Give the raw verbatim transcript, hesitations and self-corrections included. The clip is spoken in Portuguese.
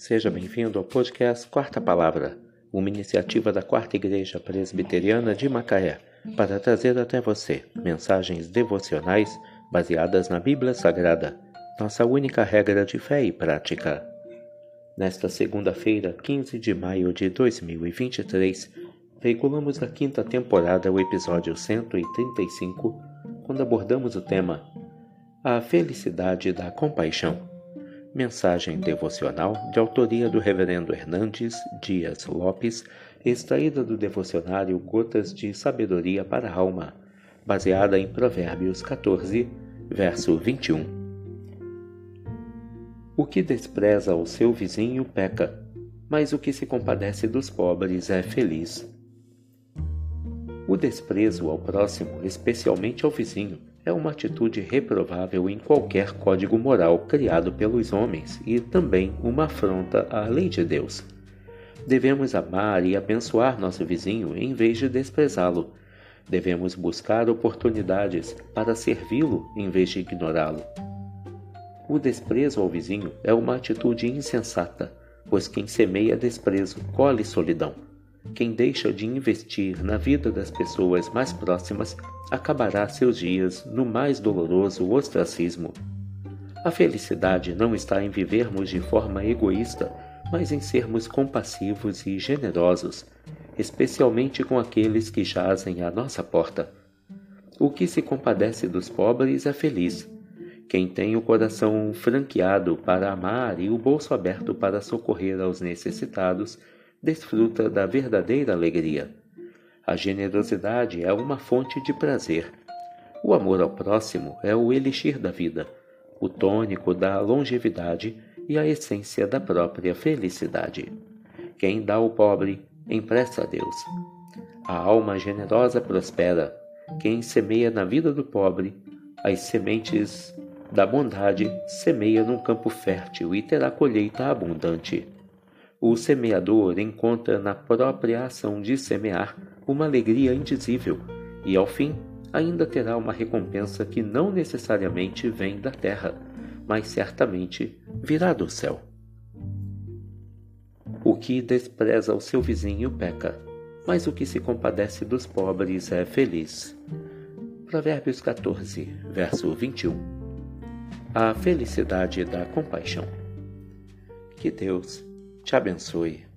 Seja bem-vindo ao podcast Quarta Palavra, uma iniciativa da Quarta Igreja Presbiteriana de Macaé, para trazer até você mensagens devocionais baseadas na Bíblia Sagrada, nossa única regra de fé e prática. Nesta segunda-feira, quinze de maio de dois mil e vinte e três, veiculamos da quinta temporada o episódio cento e trinta e cinco, quando abordamos o tema A Felicidade da Compaixão. Mensagem devocional de autoria do reverendo Hernandes Dias Lopes, extraída do devocionário Gotas de Sabedoria para a Alma, baseada em Provérbios quatorze, verso vinte e um. O que despreza o seu vizinho peca, mas o que se compadece dos pobres é feliz. O desprezo ao próximo, especialmente ao vizinho, é uma atitude reprovável em qualquer código moral criado pelos homens e também uma afronta à lei de Deus. Devemos amar e abençoar nosso vizinho em vez de desprezá-lo. Devemos buscar oportunidades para servi-lo em vez de ignorá-lo. O desprezo ao vizinho é uma atitude insensata, pois quem semeia desprezo colhe solidão. Quem deixa de investir na vida das pessoas mais próximas acabará seus dias no mais doloroso ostracismo. A felicidade não está em vivermos de forma egoísta, mas em sermos compassivos e generosos, especialmente com aqueles que jazem à nossa porta. O que se compadece dos pobres é feliz. Quem tem o coração franqueado para amar e o bolso aberto para socorrer aos necessitados, desfruta da verdadeira alegria. A generosidade é uma fonte de prazer. O amor ao próximo é o elixir da vida, o tônico da longevidade e a essência da própria felicidade. Quem dá ao pobre, empresta a Deus. A alma generosa prospera. Quem semeia na vida do pobre, as sementes da bondade semeia num campo fértil e terá colheita abundante. O semeador encontra na própria ação de semear uma alegria indizível e, ao fim, ainda terá uma recompensa que não necessariamente vem da terra, mas certamente virá do céu. O que despreza o seu vizinho peca, mas o que se compadece dos pobres é feliz. Provérbios quatorze, verso vinte e um. A felicidade da compaixão. Que Deus te abençoe.